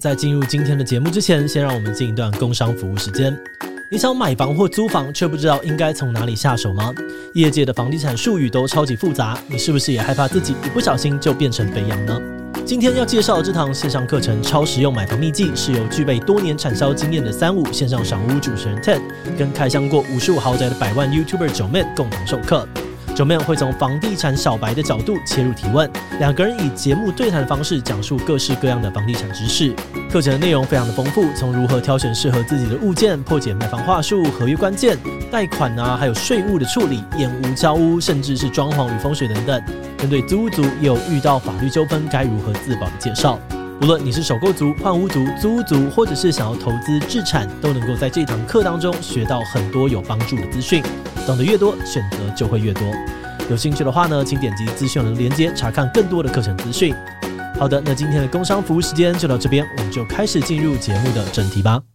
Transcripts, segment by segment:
在进入今天的节目之前，先让我们进一段工商服务时间。你想买房或租房，却不知道应该从哪里下手吗？业界的房地产术语都超级复杂，你是不是也害怕自己一不小心就变成肥羊呢？今天要介绍的这堂线上课程《超实用买房秘籍》，是由具备多年产销经验的35线上赏屋主持人 Ted 跟开箱过55豪宅的100万 YouTuber 九妹共同授课。九妹会从房地产小白的角度切入提问，两个人以节目对谈的方式讲述各式各样的房地产知识。课程的内容非常的丰富，从如何挑选适合自己的物件、破解卖房话术、合约关键、贷款还有税务的处理、验屋、交屋，甚至是装潢与风水等等。针对租屋族也有遇到法律纠纷该如何自保的介绍。无论你是首购族、换屋族、租屋族，或者是想要投资置产，都能够在这堂课当中学到很多有帮助的资讯。懂得越多，选择就会越多。有兴趣的话呢，请点击资讯栏的连结查看更多的课程资讯。好的，那今天的工商服务时间就到这边，我们就开始进入节目的正题吧。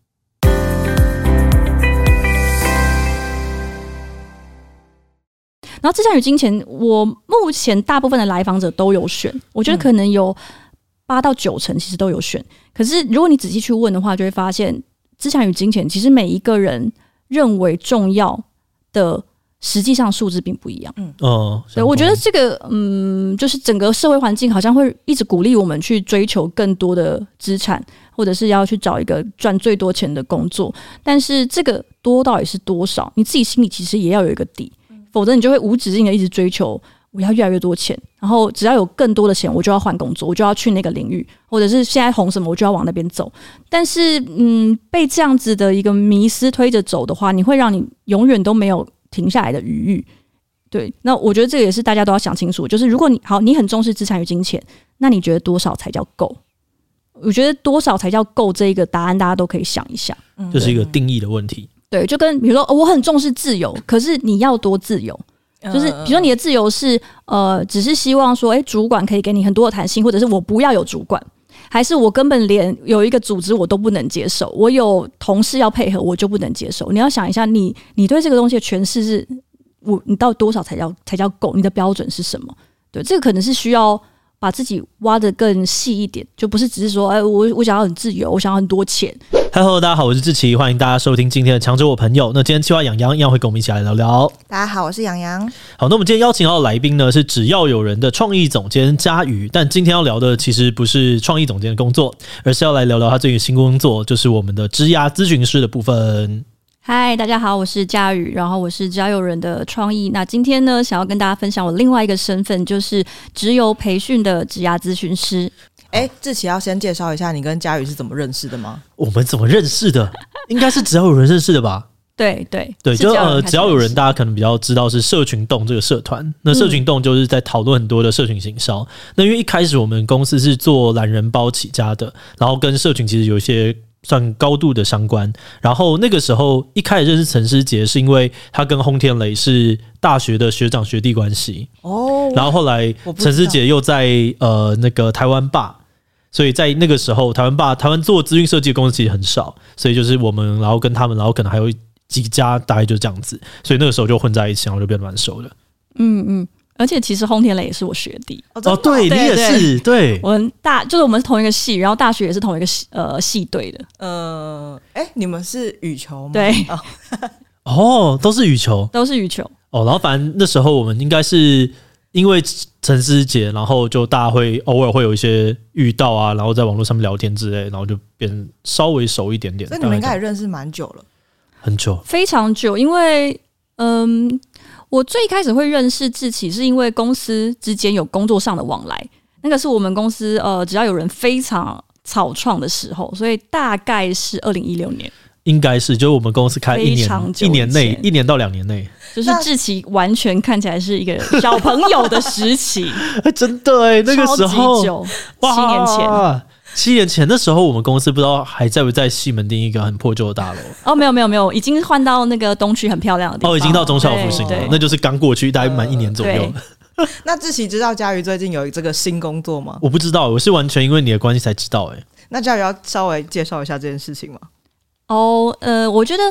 然后资产与金钱，我目前大部分的来访者都有选，我觉得可能有8到9成其实都有选。可是如果你仔细去问的话，就会发现资产与金钱其实每一个人认为重要的实际上数字并不一样。对，我觉得这个就是整个社会环境好像会一直鼓励我们去追求更多的资产，或者是要去找一个赚最多钱的工作。但是这个多到底是多少，你自己心里其实也要有一个底，否则你就会无止境的一直追求我要越来越多钱，然后只要有更多的钱我就要换工作，我就要去那个领域，或者是现在红什么我就要往那边走。但是被这样子的一个迷思推着走的话，你会让你永远都没有停下来的余裕。对，那我觉得这个也是大家都要想清楚，就是如果你很重视资产与金钱，那你觉得多少才叫够？我觉得多少才叫够这一个答案大家都可以想一下。 这是一个定义的问题。 对，就跟比如说我很重视自由，可是你要多自由？就是比如说你的自由是只是希望说主管可以给你很多的弹性，或者是我不要有主管，还是我根本连有一个组织我都不能接受，我有同事要配合我就不能接受。你要想一下你对这个东西的诠释是你到多少才叫够，你的标准是什么？对，这个可能是需要把自己挖得更细一点，就不是只是说我想要很自由，我想要很多钱。 Hello， 大家好，我是志祺，欢迎大家收听今天的强者我朋友。那今天企划洋洋一样会跟我们一起来聊聊。 大家好，我是洋洋。 好，那我们今天邀请到的来宾呢是只要有人的创意总监嘉瑜，但今天要聊的其实不是创意总监的工作，而是要来聊聊他最近新工作，就是我们的职涯咨询师的部分。 嗨，大家好，我是嘉瑜，然后我是只要有人的创意。那今天呢，想要跟大家分享我另外一个身份，就是职游培训的职涯咨询师。 志祺要先介绍一下你跟嘉瑜是怎么认识的吗？ 我们怎么认识的？应该是只要有人认识的吧？ 对， 就只要有人，大家可能比较知道是社群洞这个社团。那社群洞就是在讨论很多的社群行销。那因为一开始我们公司是做懒人包起家的，然后跟社群其实有一些算高度的相关。然后那个时候一开始认识陈诗杰，是因为他跟轰天雷是大学的学长学弟关系。然后后来陈诗杰又在那个台湾霸。所以在那个时候，台湾做资讯设计的公司其实很少，所以就是我们，然后跟他们，然后可能还有几家，大概就这样子，所以那个时候就混在一起，然后就变得蛮熟的。 而且其实轰天雷也是我学弟。 对，你也是，对， 我们就是我们是同一个系，然后大学也是同一个系队的。 你们是羽球吗？ 对， 都是羽球，然后反正那时候我们应该是因为陈诗杰，然后就大家会偶尔会有一些遇到啊，然后在网络上面聊天之类，然后就变稍微熟一点点。 所以你们应该也认识蛮久了， 很久， 非常久。因为我最开始会认识志祺，是因为公司之间有工作上的往来。那个是我们公司只要有人非常草创的时候，所以大概是2016年。 应该是，就是我们公司开1年到2年内， 就是志祺完全看起来是一个小朋友的时期。 真的那个时候超级久，7年前。 7年前那时候，我们公司不知道还在不在西门町一个很破旧的大楼。 没有，已经换到那个东区很漂亮的地方。 已经到忠孝复兴了，那就是刚过去，大概满1年左右。 那志祺知道嘉瑜最近有这个新工作吗？ 我不知道，我是完全因为你的关系才知道。 那嘉瑜要稍微介绍一下这件事情吗？ 我觉得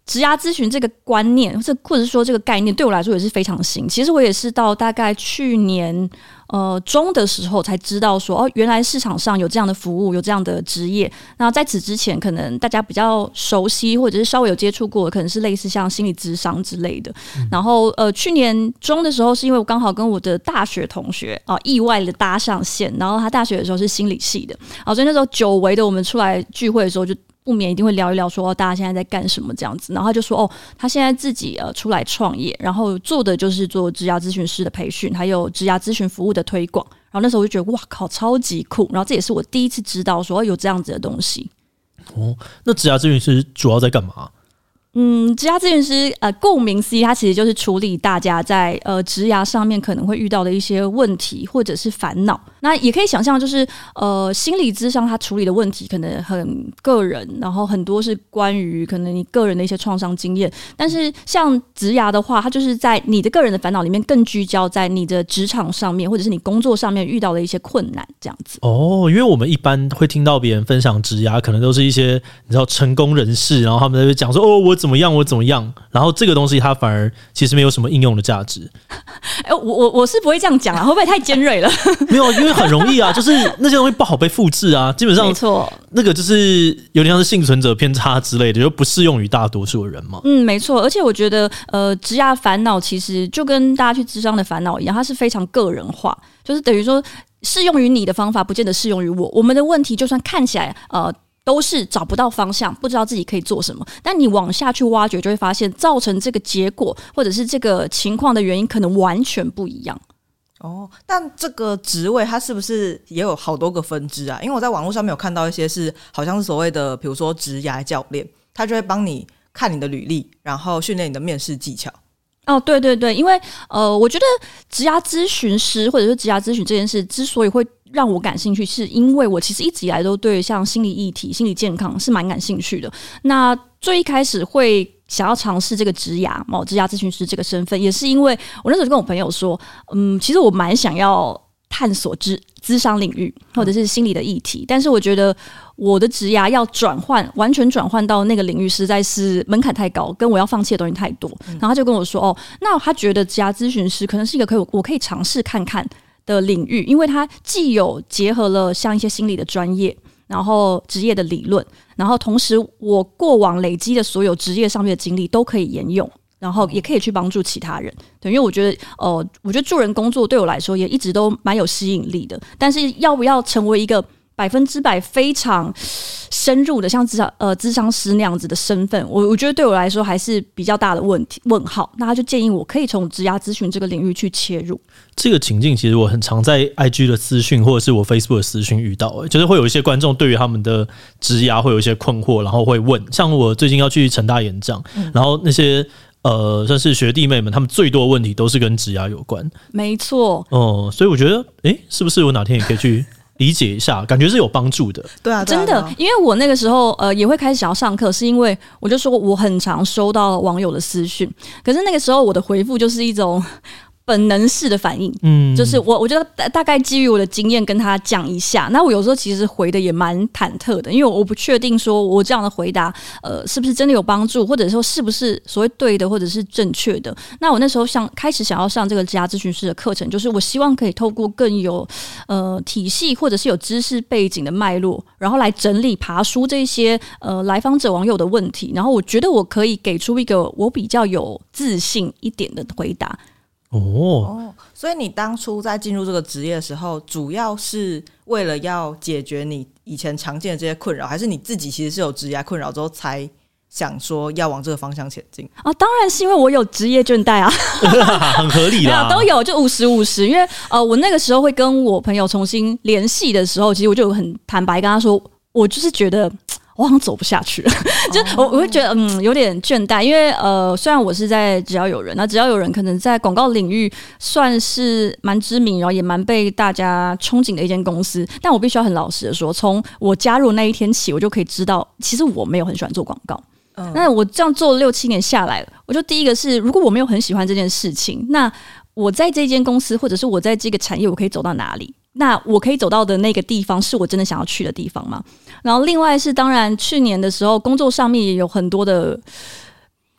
职涯咨询这个观念，或者是说这个概念，对我来说也是非常新。其实我也是到大概去年中的时候才知道说，原来市场上有这样的服务，有这样的职业。那在此之前，可能大家比较熟悉或者是稍微有接触过，可能是类似像心理咨商之类的。然后去年中的时候，是因为我刚好跟我的大学同学意外的搭上线，然后他大学的时候是心理系的，所以那时候久违的我们出来聚会的时候就不免一定会聊一聊说大家现在在干什么这样子，然后他就说他现在自己出来创业，然后做的就是做职涯咨询师的培训，还有职涯咨询服务的推广。然后那时候我就觉得哇靠，超级酷！然后这也是我第一次知道说有这样子的东西。 那职涯咨询师主要在干嘛？ 职涯咨询师顾名思义，它其实就是处理大家在职涯上面可能会遇到的一些问题或者是烦恼。那也可以想象，就是心理咨商它处理的问题可能很个人，然后很多是关于可能你个人的一些创伤经验。但是像职涯的话，它就是在你的个人的烦恼里面更聚焦在你的职场上面，或者是你工作上面遇到的一些困难这样子。 因为我们一般会听到别人分享职涯，可能都是一些你知道成功人士，然后他们在讲说我怎么样，然后这个东西它反而其实没有什么应用的价值。 我是不会这样讲啊，会不会太尖锐了？ 没有，因为很容易啊，就是那些东西不好被复制啊，基本上没错， 那个就是有点像是幸存者偏差之类的，就不适用于大多数的人嘛。 没错，而且我觉得职涯烦恼其实就跟大家去咨商的烦恼一样，它是非常个人化，就是等于说适用于你的方法不见得适用于我。我们的问题就算看起来都是找不到方向，不知道自己可以做什么，但你往下去挖掘，就会发现造成这个结果或者是这个情况的原因可能完全不一样。 但这个职位它是不是也有好多个分支啊？因为我在网络上面有看到一些是好像是所谓的比如说职涯教练，他就会帮你看你的履历，然后训练你的面试技巧。 对对对，因为我觉得职涯咨询师或者是职涯咨询这件事之所以会让我感兴趣，是因为我其实一直以来都对像心理议题、心理健康是蛮感兴趣的。那最一开始会想要尝试这个职涯咨询师这个身份，也是因为我那时候就跟我朋友说，其实我蛮想要探索咨商领域或者是心理的议题，但是我觉得我的职涯要完全转换到那个领域，实在是门槛太高，跟我要放弃的东西太多。然后他就跟我说，那他觉得职涯咨询师可能是一个我可以尝试看看的领域，因为它既有结合了像一些心理的专业，然后职业的理论，然后同时我过往累积的所有职业上面的经历都可以沿用，然后也可以去帮助其他人。对，因为我觉得助人工作对我来说也一直都蛮有吸引力的，但是要不要成为一个100%非常深入的像咨商师那样子的身份，我觉得对我来说还是比较大的问号。那他就建议我可以从职涯咨询这个领域去切入。 这个情境其实我很常在 IG 的私讯或者是我 Facebook 的私讯遇到，就是会有一些观众对于他们的职涯会有一些困惑，然后会问，像我最近要去成大演讲，然后那些算是学弟妹们，他们最多的问题都是跟职涯有关。 没错， 所以我觉得是不是我哪天也可以去理解一下，感觉是有帮助的。 对啊， 真的，因为我那个时候也会开始想要上课，是因为我就说我很常收到网友的私讯，可是那个时候我的回复就是一种本能式的反应，就是我觉得大概基于我的经验跟他讲一下。那我有时候其实回的也蛮忐忑的，因为我不确定说我这样的回答是不是真的有帮助，或者说是不是所谓对的或者是正确的。那我那时候开始想要上这个职涯咨询师的课程，就是我希望可以透过更有体系或者是有知识背景的脉络，然后来整理爬梳这些来访者网友的问题，然后我觉得我可以给出一个我比较有自信一点的回答。 所以你当初在进入这个职业的时候，主要是为了要解决你以前常见的这些困扰，还是你自己其实是有职业困扰之后才想说要往这个方向前进？ 当然是因为我有职业倦怠啊， 很合理啦， 都有，就50-50。因为我那个时候会跟我朋友重新联系的时候，其实我就很坦白跟他说，我就是觉得我好像走不下去了，就我会觉得有点倦怠，因为虽然我是在只要有人，那只要有人可能在广告领域算是蛮知名，然后也蛮被大家憧憬的一间公司，但我必须要很老实的说，从我加入那一天起，我就可以知道，其实我没有很喜欢做广告。那我这样做了6-7年下来，我就第一个是，如果我没有很喜欢这件事情，那我在这间公司或者是我在这个产业，我可以走到哪里？那我可以走到的那个地方是我真的想要去的地方吗？然后另外是当然去年的时候工作上面也有很多的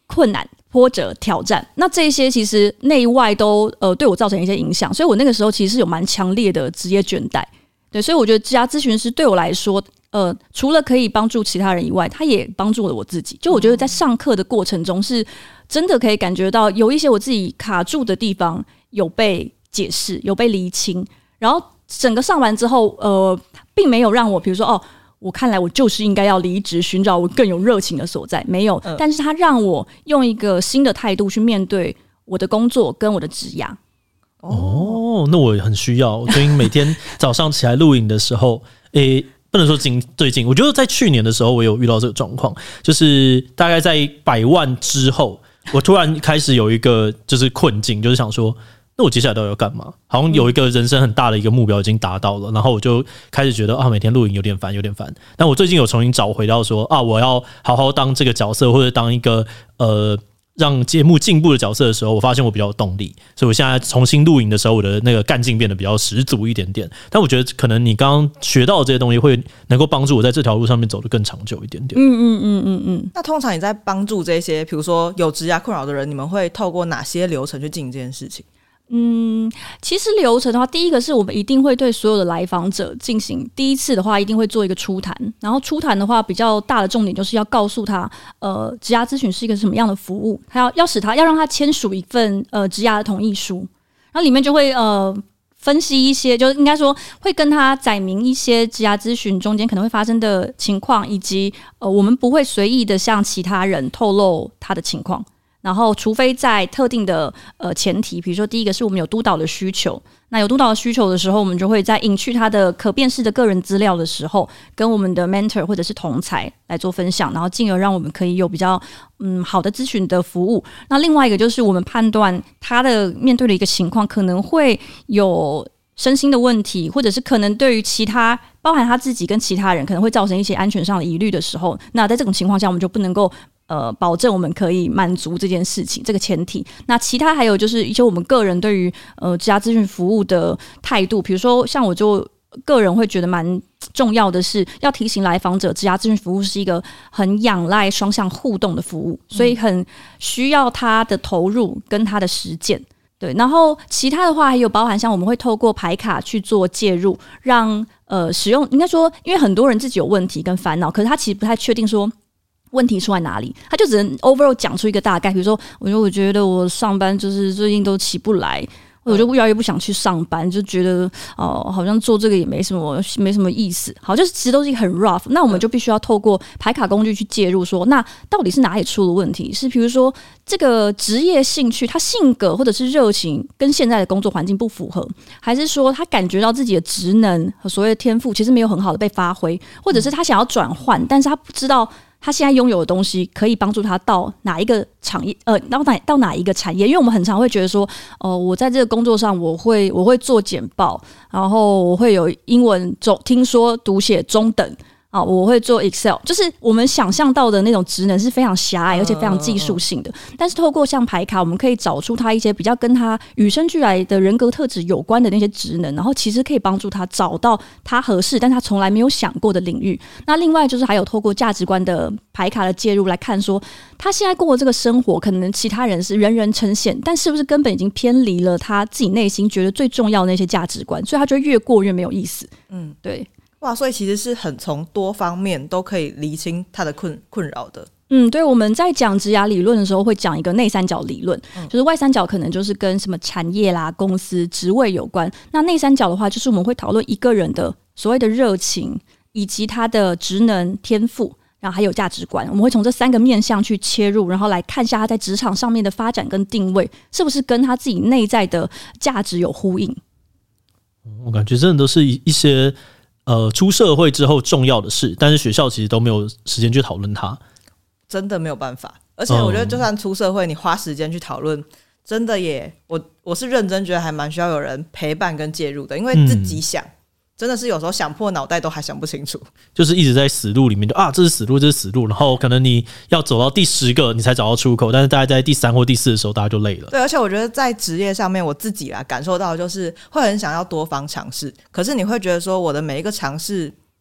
困难、波折、挑战。那这些其实内外都对我造成一些影响，所以我那个时候其实是有蛮强烈的职业倦怠。对，所以我觉得职涯咨询师对我来说，除了可以帮助其他人以外，他也帮助了我自己。就我觉得在上课的过程中，是真的可以感觉到有一些我自己卡住的地方有被解释、有被厘清，然后整个上完之后，并没有让我比如说我看来我就是应该要离职，寻找我更有热情的所在，没有。但是他让我用一个新的态度去面对我的工作跟我的职涯。 那我很需要。我最近每天早上起来录影的时候，不能说最近，我觉得在去年的时候我有遇到这个状况，就是大概在100万之后，我突然开始有一个就是困境，就是想说，那我接下来到底要干嘛？好像有一个人生很大的一个目标已经达到了，然后我就开始觉得每天录影有点烦。但我最近有重新找回到说我要好好当这个角色，或者当一个让节目进步的角色的时候，我发现我比较有动力，所以我现在重新录影的时候，我的那个干劲变得比较十足一点点。但我觉得可能你刚刚学到的这些东西会能够帮助我在这条路上面走得更长久一点点。 那通常你在帮助这些比如说有职涯困扰的人，你们会透过哪些流程去进行这件事情？ 其实流程的话，第一个是我们一定会对所有的来访者进行第一次的话，一定会做一个初谈。然后初谈的话，比较大的重点就是要告诉他，职涯咨询是一个什么样的服务，他要让他签署一份职涯的同意书，然后里面就会分析一些，就应该说会跟他载明一些职涯咨询中间可能会发生的情况，以及我们不会随意的向其他人透露他的情况。然后除非在特定的前提，比如说第一个是我们有督导的需求，那有督导的需求的时候，我们就会在隐去他的可辨识的个人资料的时候，跟我们的 mentor 或者是同才来做分享，然后进而让我们可以有比较好的咨询的服务。那另外一个就是我们判断他的面对的一个情况可能会有身心的问题，或者是可能对于其他包含他自己跟其他人可能会造成一些安全上的疑虑的时候，那在这种情况下我们就不能够保证我们可以满足这件事情这个前提。那其他还有就是一些我们个人对于职涯咨询服务的态度，比如说像我就个人会觉得蛮重要的是要提醒来访者，职涯咨询服务是一个很仰赖双向互动的服务，所以很需要他的投入跟他的实践。对，然后其他的话还有包含像我们会透过牌卡去做介入，让使用应该说，因为很多人自己有问题跟烦恼，可是他其实不太确定说问题出在哪里，他就只能 overall 讲出一个大概，比如说我觉得我上班就是最近都起不来，我就越来越不想去上班，就觉得好像做这个也没什么意思。好，就是其实都是一个很 rough。那我们就必须要透过牌卡工具去介入说，那到底是哪里出了问题？是比如说这个职业兴趣，他性格或者是热情跟现在的工作环境不符合，还是说他感觉到自己的职能和所谓的天赋其实没有很好的被发挥，或者是他想要转换，但是他不知道他现在拥有的东西可以帮助他到哪一个产业，到哪一个产业？因为我们很常会觉得说，我在这个工作上我会做简报，然后我会有英文听说读写中等。我会做 Excel， 就是我们想象到的那种职能是非常狭隘而且非常技术性的，但是透过像牌卡，我们可以找出他一些比较跟他与生俱来的人格特质有关的那些职能，然后其实可以帮助他找到他合适但他从来没有想过的领域。那另外就是还有透过价值观的牌卡的介入来看说，他现在过的这个生活可能其他人是人人称羡，但是不是根本已经偏离了他自己内心觉得最重要的那些价值观，所以他就会越过越没有意思。对。 哇，所以其实是很从多方面都可以厘清他的困扰的。 对，我们在讲职涯理论的时候会讲一个内三角理论，就是外三角可能就是跟什么产业啦、公司、职位有关，那内三角的话就是我们会讨论一个人的所谓的热情以及他的职能、天赋，然后还有价值观，我们会从这3个面向去切入，然后来看一下他在职场上面的发展跟定位是不是跟他自己内在的价值有呼应。 我感觉真的都是一些出社会之后重要的事，但是学校其实都没有时间去讨论它， 真的没有办法。而且我觉得就算出社会你花时间去讨论，真的也我是认真觉得还蛮需要有人陪伴跟介入的，因为自己想真的是有时候想破脑袋都还想不清楚， 就是一直在死路里面，就这是死路，这是死路，然后可能你要走到第10个你才找到出口，但是大概在第3或第4的时候大家就累了。 对，而且我觉得在职业上面我自己感受到就是会很想要多方尝试，可是你会觉得说我的每一个尝试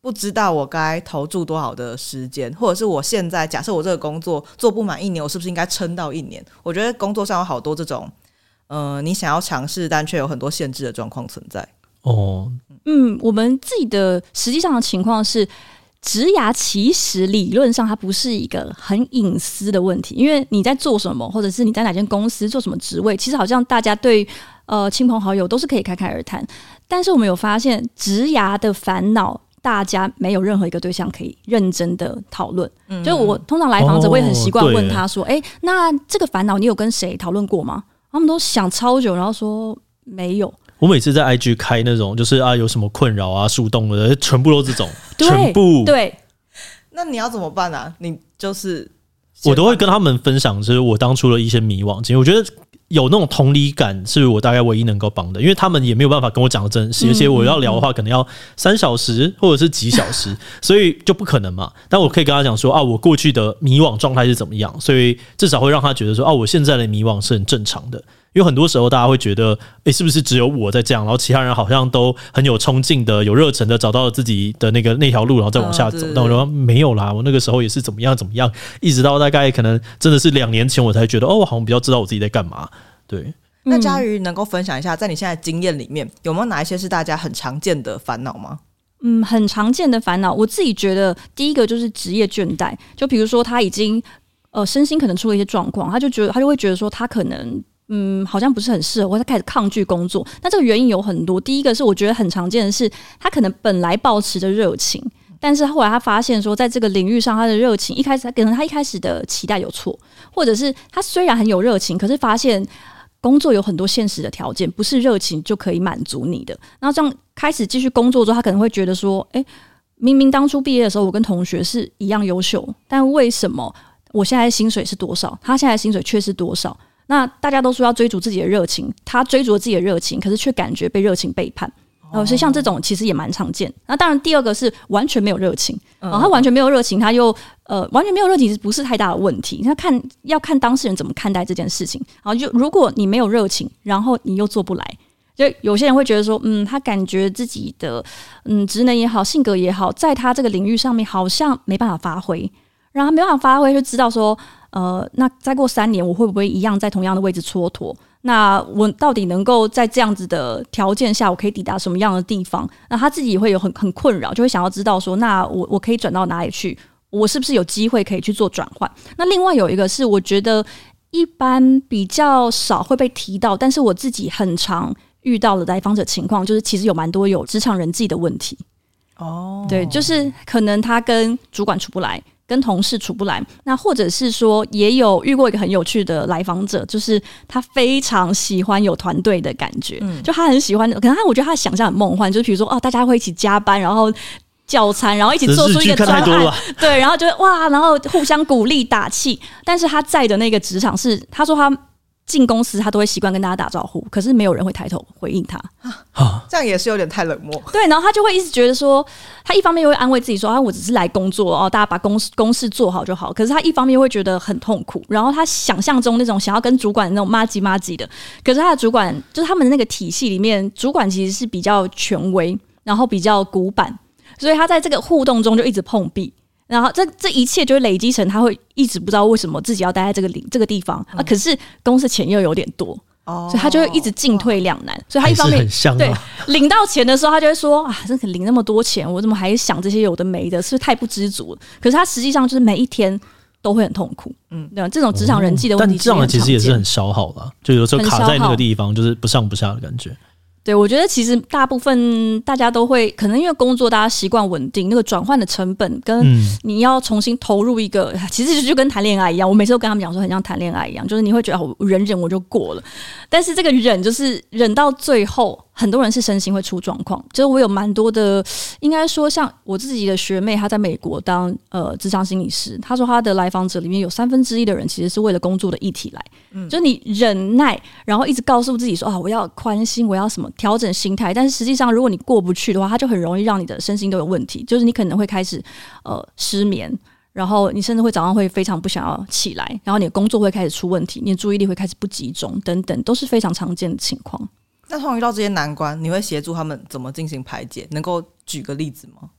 不知道我该投注多少的时间，或者是我现在假设我这个工作做不满1年，我是不是应该撑到1年？我觉得工作上有好多这种你想要尝试但却有很多限制的状况存在。 我们自己的实际上的情况是，职涯其实理论上它不是一个很隐私的问题，因为你在做什么，或者是你在哪间公司做什么职位，其实好像大家对亲朋好友都是可以侃侃而谈。但是我们有发现，职涯的烦恼，大家没有任何一个对象可以认真的讨论。就我通常来访者，我也很习惯问他说：“那这个烦恼你有跟谁讨论过吗？”他们都想超久，然后说没有。 我每次在 IG 开那种就是有什么困扰树洞的，全部都这种，全部对。 那你要怎么办啊？你就是我都会跟他们分享，就是我当初的一些迷惘经历。我觉得有那种同理感是我大概唯一能够帮的，因为他们也没有办法跟我讲的真实，而且我要聊的话可能要3小时或者是几小时，所以就不可能嘛。但我可以跟他讲说我过去的迷惘状态是怎么样，所以至少会让他觉得说我现在的迷惘是很正常的。因为很多时候大家会觉得是不是只有我在这样，然后其他人好像都很有冲劲的有热忱的找到了自己的那条路然后再往下走。但我说没有啦，我那个时候也是怎么样，一直到大概可能真的是2年前我才觉得我好像比较知道我自己在干嘛。对， 那嘉瑜能够分享一下在你现在的经验里面有没有哪一些是大家很常见的烦恼吗？ 很常见的烦恼，我自己觉得第一个就是职业倦怠。就比如说他已经身心可能出了一些状况，他就会觉得说他可能好像不是很适合，或者他开始抗拒工作。那这个原因有很多，第一个是我觉得很常见的是，他可能本来抱持着热情，但是后来他发现说，在这个领域上，他的热情可能他一开始的期待有错，或者是他虽然很有热情，可是发现工作有很多现实的条件，不是热情就可以满足你的。然后这样开始继续工作之后，他可能会觉得说，明明当初毕业的时候我跟同学是一样优秀，但为什么我现在薪水是多少，他现在薪水却是多少？那大家都说要追逐自己的热情，他追逐了自己的热情，可是却感觉被热情背叛。所以像这种其实也蛮常见。那当然第二个是完全没有热情，他完全没有热情，他又完全没有热情不是太大的问题，要看当事人怎么看待这件事情。然后就如果你没有热情，然后你又做不来，就有些人会觉得说他感觉自己的职能也好，性格也好，在他这个领域上面好像没办法发挥，然后他没办法发挥，就知道说那再过3年我会不会一样在同样的位置蹉跎？那我到底能够在这样子的条件下，我可以抵达什么样的地方？那他自己也会有很困扰，就会想要知道说，那我可以转到哪里去？我是不是有机会可以去做转换？那另外有一个是，我觉得一般比较少会被提到，但是我自己很常遇到的来访者情况，就是其实有蛮多有职场人际的问题。对，就是可能他跟主管处不来，跟同事处不来，那或者是说也有遇过一个很有趣的来访者，就是他非常喜欢有团队的感觉，就他很喜欢，可能我觉得他的想象很梦幻，就是比如说大家会一起加班，然后叫餐，然后一起做出一个专案，对，然后觉得哇，然后互相鼓励打气。但是他在的那个职场是，他说他进公司他都会习惯跟大家打招呼，可是没有人会抬头回应他， 这样也是有点太冷漠。 对，然后他就会一直觉得说，他一方面又会安慰自己说我只是来工作大家把公事做好就好，可是他一方面又会觉得很痛苦，然后他想象中那种想要跟主管那种麻吉的，可是他的主管就是他们的那个体系里面，主管其实是比较权威，然后比较古板，所以他在这个互动中就一直碰壁。然后这一切就会累积成他会一直不知道为什么自己要待在这个地方可是公司钱又有点多所以他就会一直进退两难。所以他一方面对领到钱的时候，他就会说这领那么多钱，我怎么还想这些有的没的，是不是太不知足了？可是他实际上就是每一天都会很痛苦。对吧？这种职场人际的问题， 但这样其实也是很消耗啦，就有时候卡在那个地方，就是不上不下的感觉。 对，我觉得其实大部分大家都会，可能因为工作大家习惯稳定，那个转换的成本跟你要重新投入一个，其实就跟谈恋爱一样。我每次都跟他们讲说，很像谈恋爱一样，就是你会觉得我忍我就过了，但是这个忍就是忍到最后，很多人是身心会出状况。就是我有蛮多的，应该说像我自己的学妹，她在美国当职场心理师，她说她的来访者里面有1/3的人其实是为了工作的议题来，就是你忍耐，然后一直告诉自己说我要宽心，我要什么调整心态，但是实际上如果你过不去的话，它就很容易让你的身心都有问题，就是你可能会开始失眠，然后你甚至会早上会非常不想要起来，然后你的工作会开始出问题，你的注意力会开始不集中等等，都是非常常见的情况。 那通常遇到这些难关，你会协助他们怎么进行排解？能够举个例子吗？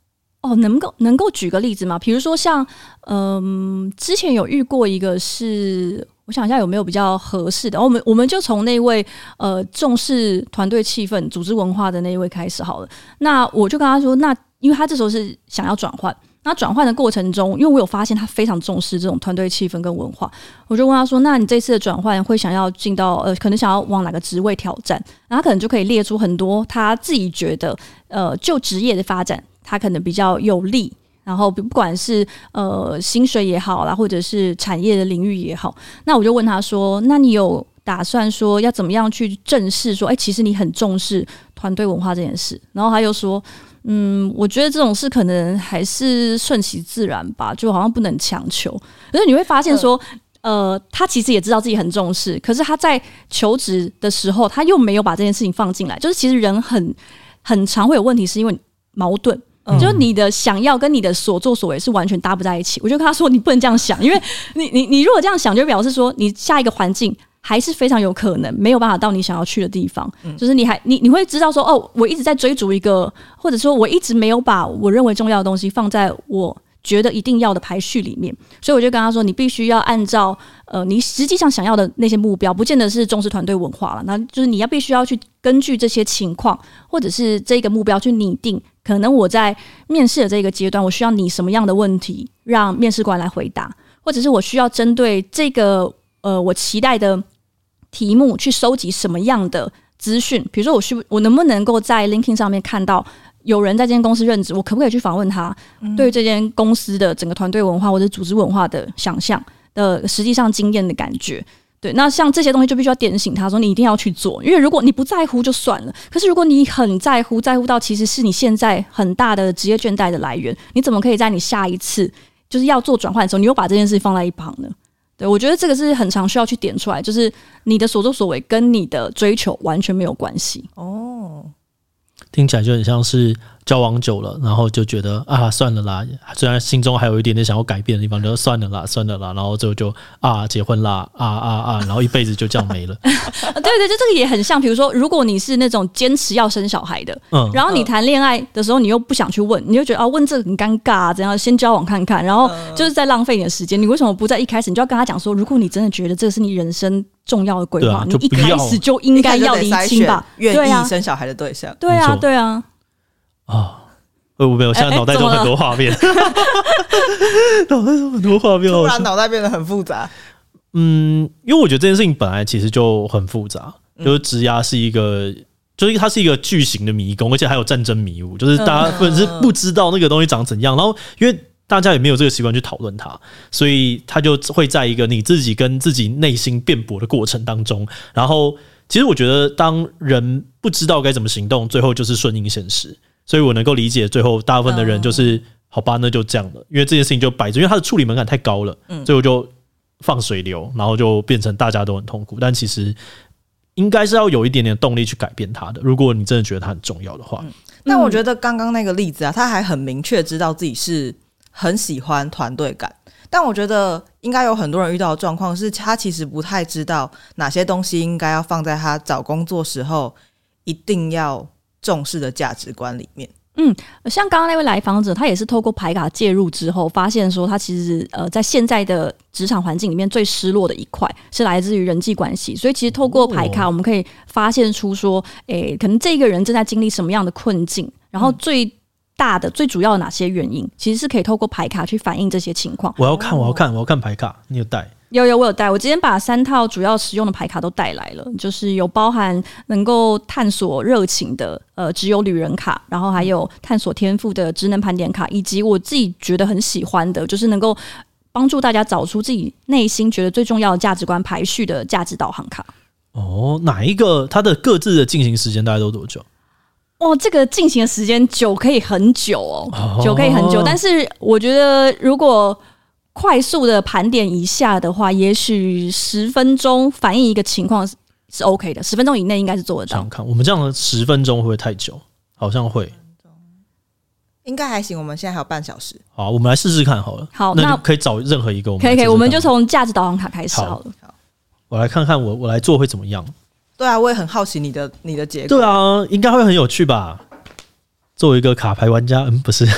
能够举个例子吗？比如说像之前有遇过一个是，我想一下有没有比较合适的。我们就从那位重视团队气氛、组织文化的那一位开始好了。那我就跟他说，那因为他这时候是想要转换。那转换的过程中，因为我有发现他非常重视这种团队气氛跟文化，我就问他说：“那你这次的转换会想要进到可能想要往哪个职位挑战？”然后他可能就可以列出很多他自己觉得就职业的发展，他可能比较有利。然后不管是薪水也好啦，或者是产业的领域也好，那我就问他说：“那你有打算说要怎么样去正视说，其实你很重视团队文化这件事？”然后他又说。我觉得这种事可能还是顺其自然吧，就好像不能强求。可是你会发现说，他其实也知道自己很重视，可是他在求职的时候，他又没有把这件事情放进来。就是其实人很常会有问题，是因为矛盾。就是你的想要跟你的所作所为是完全搭不在一起。我就跟他说，你不能这样想，因为你如果这样想，就表示说你下一个环境。还是非常有可能没有办法到你想要去的地方，就是你会知道说，我一直在追逐一个，或者说我一直没有把我认为重要的东西放在我觉得一定要的排序里面，所以我就跟他说，你必须要按照你实际上想要的那些目标，不见得是重视团队文化了，那就是你必须要去根据这些情况或者是这个目标去拟定，可能我在面试的这个阶段，我需要拟什么样的问题让面试官来回答，或者是我需要针对这个我期待的题目去收集什么样的资讯？比如说我能不能够在 LinkedIn 上面看到有人在这间公司任职，我可不可以去访问他对于这间公司的整个团队文化或者组织文化的想象的实际上经验的感觉？对，那像这些东西就必须要点醒他说你一定要去做，因为如果你不在乎就算了，可是如果你很在乎到其实是你现在很大的职业倦怠的来源，你怎么可以在你下一次就是要做转换的时候，你又把这件事放在一旁呢？对，我觉得这个是很常需要去点出来，就是你的所作所为跟你的追求完全没有关系。 听起来就很像是交往久了，然后就觉得算了啦，虽然心中还有一点点想要改变的地方，就算了啦，然后最后就结婚啦然后一辈子就这样没了。 对，就这个也很像，比如说如果你是那种坚持要生小孩的，然后你谈恋爱的时候你又不想去问，你就觉得问这个很尴尬怎样，先交往看看，然后就是在浪费你的时间。你为什么不在一开始你就要跟他讲说，如果你真的觉得这是你人生重要的规划，你一开始就应该要厘清吧， 愿意生小孩的对象。 对啊我没有，现在脑袋中很多画面，脑袋中很多画面， 突然脑袋变得很复杂。 因为我觉得这件事情本来其实就很复杂，就是职涯是一个，就是它是一个巨型的迷宫，而且还有战争迷雾，就是大家本身不知道那个东西长怎样，然后因为大家也没有这个习惯去讨论它，所以它就会在一个你自己跟自己内心辩驳的过程当中，然后其实我觉得当人不知道该怎么行动，最后就是顺应现实。所以我能够理解最后大部分的人就是好吧，那就这样了，因为这件事情就摆着，因为它的处理门槛太高了，最后就放水流，然后就变成大家都很痛苦。但其实应该是要有一点点动力去改变它的，如果你真的觉得它很重要的话。 但我觉得刚刚那个例子啊，他还很明确知道自己是很喜欢团队感，但我觉得应该有很多人遇到的状况是，他其实不太知道哪些东西应该要放在他找工作时候一定要重视的价值观里面。 像刚刚那位来访者，他也是透过牌卡介入之后，发现说他其实在现在的职场环境里面最失落的一块是来自于人际关系，所以其实透过牌卡，我们可以发现出说，可能这个人正在经历什么样的困境，然后最大的、最主要的哪些原因，其实是可以透过牌卡去反映这些情况。 我要看牌卡，你有带？ 有，我有带。我今天把3套主要使用的牌卡都带来了，就是有包含能够探索热情的只有旅人卡，然后还有探索天赋的职能盘点卡，以及我自己觉得很喜欢的，就是能够帮助大家找出自己内心觉得最重要的价值观排序的价值导航卡。 哪一个它的各自的进行时间大概都多久？ 这个进行的时间可以很久久可以很久，但是我觉得如果快速的盘点一下的话，也许10分钟反映一个情况是 OK 的，10分钟以内应该是做得到。 想看我们这样的10分钟会不会太久？好像会， 应该还行。我们现在还有半小时。 好，我们来试试看好了。 好， 那可以找任何一个我们可以，我们就从价值导航卡开始好了。 好，我来看看我来做会怎么样。 对啊，我也很好奇你的结果。 对啊，应该会很有趣吧？作为一个卡牌玩家，不是。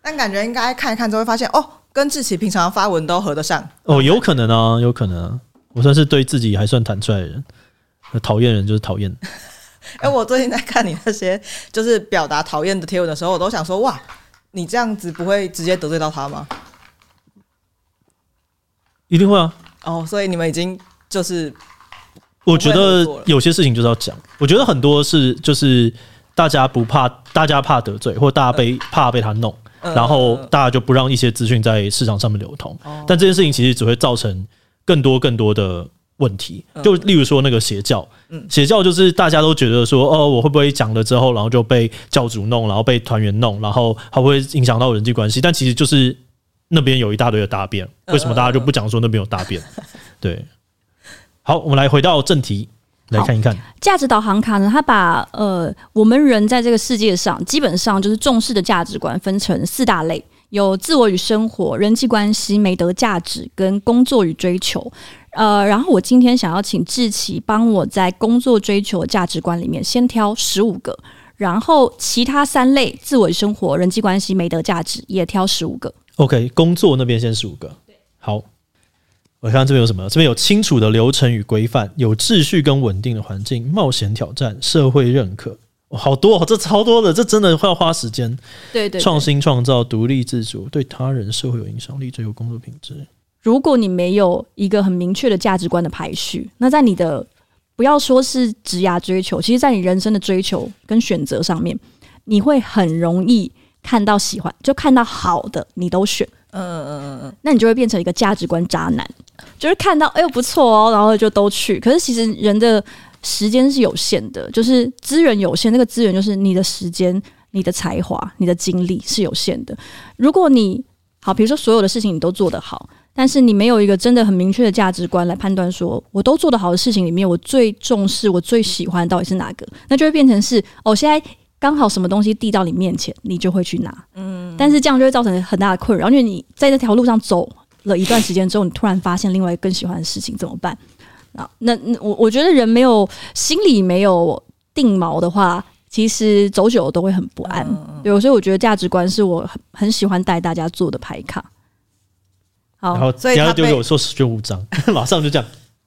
但感觉应该看一看之后会发现，哦，跟志祺平常发文都合得上。 哦，有可能啊，有可能啊。我算是对自己还算坦率的人，讨厌人就是讨厌。 我最近在看你那些就是表达讨厌的贴文的时候，我都想说，哇，你这样子不会直接得罪到他吗？ 一定会啊。 哦，所以你们已经就是， 我觉得有些事情就是要讲。我觉得很多是就是大家不怕，大家怕得罪，或大家怕被他弄，然后大家就不让一些资讯在市场上面流通。但这件事情其实只会造成更多的问题，就例如说那个邪教，邪教就是大家都觉得说，哦，我会不会讲了之后，然后就被教主弄，然后被团员弄，然后还会影响到人际关系？但其实就是那边有一大堆的大便，为什么大家就不讲说那边有大便？对，好，我们来回到正题。来看一看价值导航卡呢，它把我们人在这个世界上基本上就是重视的价值观分成4大类，有自我与生活、人际关系、美德价值跟工作与追求。然后我今天想要请志祺帮我在工作追求的价值观里面先挑15个，然后其他3类自我与生活、人际关系、美德价值也挑15个。 OK， 工作那边先15个。好。我看这边有什么？这边有清楚的流程与规范，有秩序跟稳定的环境，冒险挑战，社会认可，好多哦，这超多的，这真的会要花时间。 对， 创新创造，独立自主，对他人社会有影响力，追求工作品质。 如果你没有一个很明确的价值观的排序，那在你的不要说是职涯追求，其实在你人生的追求跟选择上面，你会很容易看到喜欢，就看到好的你都选。那你就会变成一个价值观渣男，就是看到哎呦不错哦，然后就都去。可是其实人的时间是有限的，就是资源有限，那个资源就是你的时间、你的才华、你的精力是有限的。如果你好，比如说所有的事情你都做得好，但是你没有一个真的很明确的价值观来判断说，我都做得好的事情里面，我最重视、我最喜欢到底是哪个，那就会变成是现在刚好什么东西递到你面前，你就会去拿。但是这样就会造成很大的困扰，因为你在这条路上走了一段时间之后，你突然发现另外一个更喜欢的事情怎么办？那我觉得人没有心里没有定锚的话，其实走久了都会很不安。对，所以我觉得价值观是我很喜欢带大家做的牌卡。好， 然后等一下丢给我说10卷5张，马上就这样。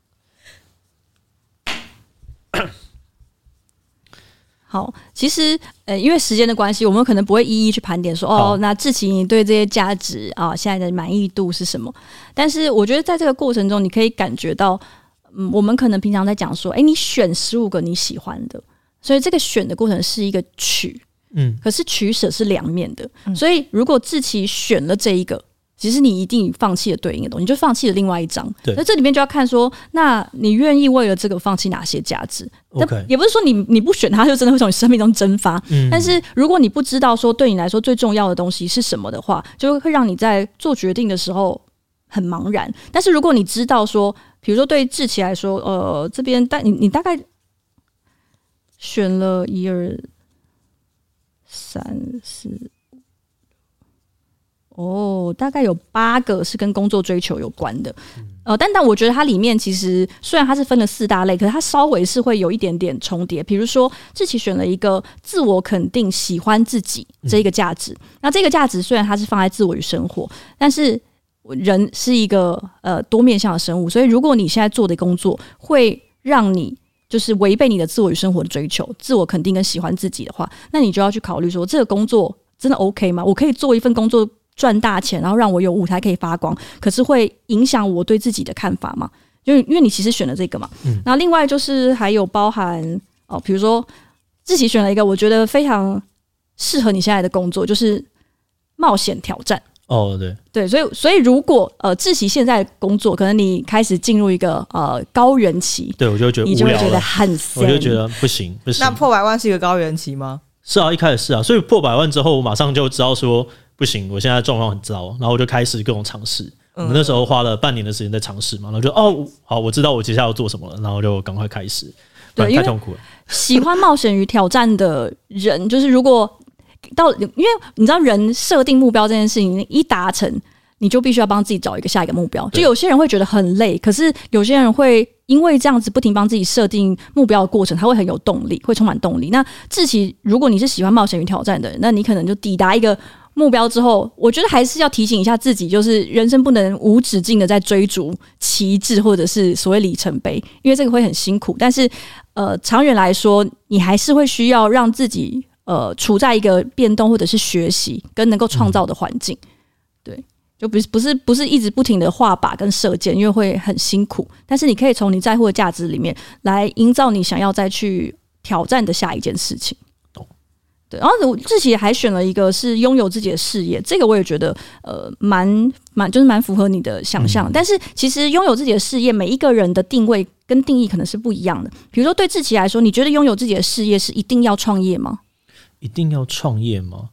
好，其实因为时间的关系，我们可能不会一一去盘点说那志祺你对这些价值现在的满意度是什么？但是我觉得在这个过程中，你可以感觉到，我们可能平常在讲说，你选15个你喜欢的，所以这个选的过程是一个取，可是取舍是两面的，所以如果志祺选了这一个。其实你一定放弃了对应的东西，你就放弃了另外一张。那这里面就要看说，那你愿意为了这个放弃哪些价值？也不是说你不选它，就真的会从你生命中蒸发。但是如果你不知道说对你来说最重要的东西是什么的话，就会让你在做决定的时候很茫然。但是如果你知道说，比如说对志祺来说，这边你大概选了1、2、3、4。大概有8个是跟工作追求有关的，但我觉得它里面其实虽然它是分了4大类，可是它稍微是会有一点点重叠。比如说志祺选了一个自我肯定、喜欢自己这一个价值，那这个价值虽然它是放在自我与生活，但是人是一个多面向的生物，所以如果你现在做的工作会让你就是违背你的自我与生活的追求、自我肯定跟喜欢自己的话，那你就要去考虑说，这个工作真的 OK 吗？我可以做一份工作赚大钱，然后让我有舞台可以发光，可是会影响我对自己的看法吗？因为你其实选了这个嘛。然后另外就是还有包含比如说志祺选了一个我觉得非常适合你现在的工作，就是冒险挑战。对，所以如果志祺现在的工作，可能你开始进入一个高原期， 对我就会觉得你就会觉得很闲， 我就觉得不行。 那破100万是一个高原期吗？ 是啊，一开始是啊，所以破100万之后，我马上就知道说不行，我现在状况很糟，然后我就开始各种尝试。我们那时候花了半年的时间在尝试嘛，然后就好，我知道我接下来要做什么了，然后就赶快开始，不然太痛苦了。 喜欢冒险与挑战的人，就是如果因为你知道人设定目标这件事情一达成，你就必须要帮自己找一个下一个目标。就有些人会觉得很累，可是有些人会因为这样子不停帮自己设定目标的过程，他会很有动力，会充满动力。那志祺，如果你是喜欢冒险与挑战的人，那你可能就抵达一个目标之后，我觉得还是要提醒一下自己，就是人生不能无止境的在追逐旗帜或者是所谓里程碑，因为这个会很辛苦。但是长远来说，你还是会需要让自己处在一个变动或者是学习跟能够创造的环境。对，就不是一直不停的画靶跟射箭，因为会很辛苦。但是你可以从你在乎的价值里面来营造你想要再去挑战的下一件事情。对，然后我自己还选了一个是拥有自己的事业，这个我也觉得蛮符合你的想象。但是其实拥有自己的事业，每一个人的定位跟定义可能是不一样的。比如说对志祺来说，你觉得拥有自己的事业是一定要创业吗？ 一定要创业吗？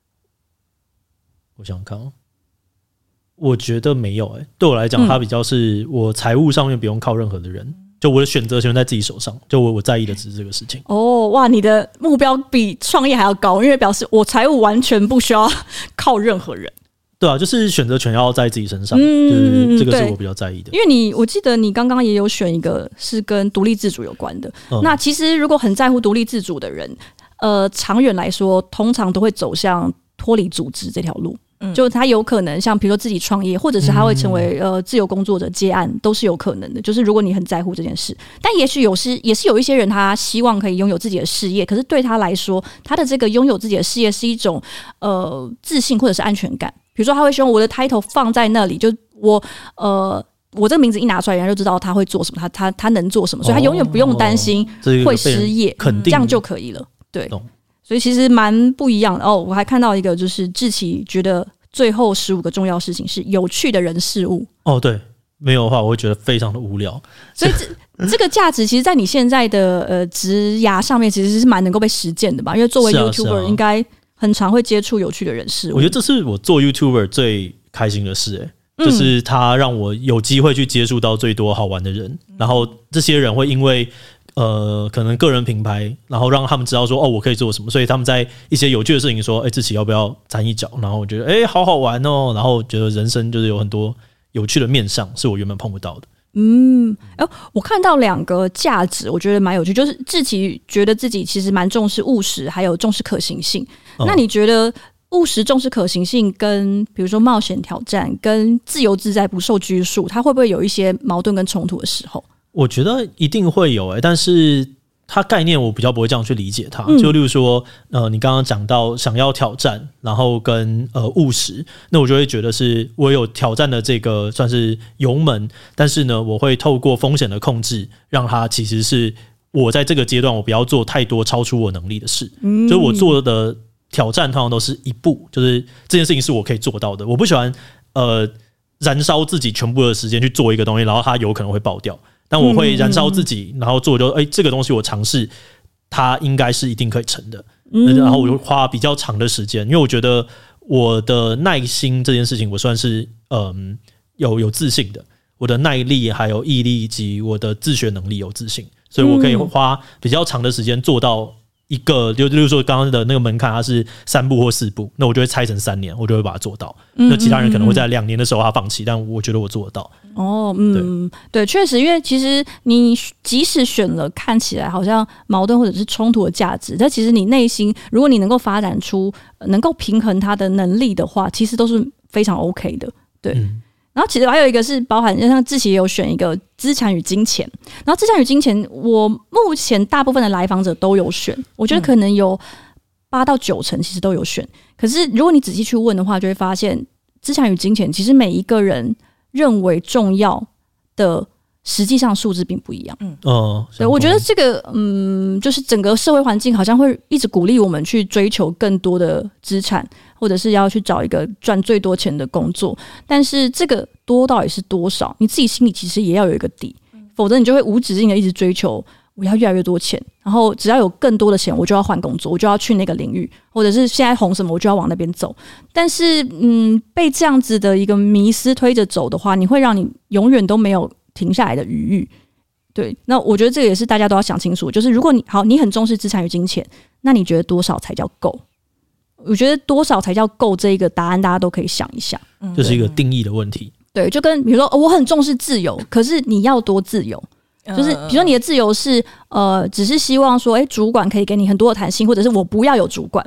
我想想看哦，我觉得没有对我来讲，它比较是我财务上面不用靠任何的人。就我的选择权在自己手上，就我在意的只是这个事情。 哇，你的目标比创业还要高，因为表示我财务完全不需要靠任何人。 对啊，就是选择权要在自己身上，就是这个是我比较在意的。 因为我记得你刚刚也有选一个是跟独立自主有关的。那其实如果很在乎独立自主的人，长远来说，通常都会走向脱离组织这条路。就他有可能像比如说自己创业，或者是他会成为自由工作者接案，都是有可能的。就是如果你很在乎这件事，但也许也是有一些人他希望可以拥有自己的事业，可是对他来说，他的这个拥有自己的事业是一种自信或者是安全感。比如说他会希望我的 title 放在那里，就我这个名字一拿出来，人家就知道他会做什么，他能做什么，所以他永远不用担心会失业，这样就可以了。对。所以其实蛮不一样的我还看到一个，就是志祺觉得最后15个重要事情是有趣的人事物。对， 没有的话我会觉得非常的无聊。 所以这个价值其实在你现在的职涯上面其实是蛮能够被实践的吧？因为作为 YouTuber 应该很常会接触有趣的人事物。 我觉得这是我做 YouTuber 最开心的事就是他让我有机会去接触到最多好玩的人，然后这些人会因为可能个人品牌，然后让他们知道说我可以做什么，所以他们在一些有趣的事情说志祺要不要掺一脚，然后我觉得好好玩然后觉得人生就是有很多有趣的面向是我原本碰不到的。 我看到2个价值我觉得蛮有趣，就是志祺觉得自己其实蛮重视务实还有重视可行性。那你觉得务实重视可行性跟比如说冒险挑战跟自由自在不受拘束，它会不会有一些矛盾跟冲突的时候？ 我觉得一定会有但是它概念我比较不会这样去理解它。就例如说你刚刚讲到想要挑战，然后跟务实，那我就会觉得是我有挑战的这个算是油门，但是呢我会透过风险的控制，让它其实是我在这个阶段我不要做太多超出我能力的事。就是我做的挑战通常都是一步，就是这件事情是我可以做到的。我不喜欢燃烧自己全部的时间去做一个东西，然后它有可能会爆掉。但我会燃烧自己，然后做就这个东西我尝试，它应该是一定可以成的。然后我就花比较长的时间，因为我觉得我的耐心这件事情，我算是有自信的。我的耐力、还有毅力以及我的自学能力有自信，所以我可以花比较长的时间做到一个，例如说刚刚的那个门槛，它是3步或4步，那我就会拆成3年，我就会把它做到。那其他人可能会在2年的时候他放弃，但我觉得我做得到。 对，确实，因为其实你即使选了看起来好像矛盾或者是冲突的价值，但其实你内心，如果你能够发展出能够平衡它的能力的话，其实都是非常 OK 的。对。然后其实还有一个是包含像志祺也有选一个资产与金钱，然后资产与金钱我目前大部分的来访者都有选，我觉得可能有8到9成其实都有选。可是如果你仔细去问的话，就会发现资产与金钱其实每一个人认为重要的实际上数字并不一样。对，我觉得这个就是整个社会环境好像会一直鼓励我们去追求更多的资产，或者是要去找一个赚最多钱的工作，但是这个多到底是多少，你自己心里其实也要有一个底，否则你就会无止境的一直追求我要越来越多钱，然后只要有更多的钱我就要换工作，我就要去那个领域，或者是现在红什么我就要往那边走。但是被这样子的一个迷思推着走的话，你会让你永远都没有停下来的余裕。对，那我觉得这个也是大家都要想清楚，就是如果你很重视资产与金钱，那你觉得多少才叫够？我觉得多少才叫够这一个答案大家都可以想一想， 这是一个定义的问题。 对，就跟比如说我很重视自由，可是你要多自由？就是比如说你的自由是只是希望说主管可以给你很多的弹性，或者是我不要有主管，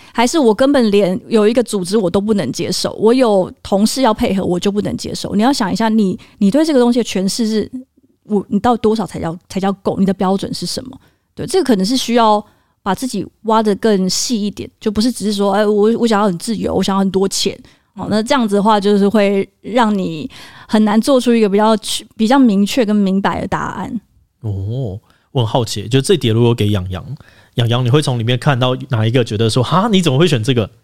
还是我根本连有一个组织我都不能接受，我有同事要配合我就不能接受？你要想一下你对这个东西的诠释是你到多少才叫够？你的标准是什么？对，这个可能是需要把自己挖得更细一点，就不是只是说，我想要很自由，我想要很多钱，那这样子的话，就是会让你很难做出一个比较明确跟明白的答案。 哦，我很好奇，就这点如果给洋洋，你会从里面看到哪一个觉得说，哈，你怎么会选这个？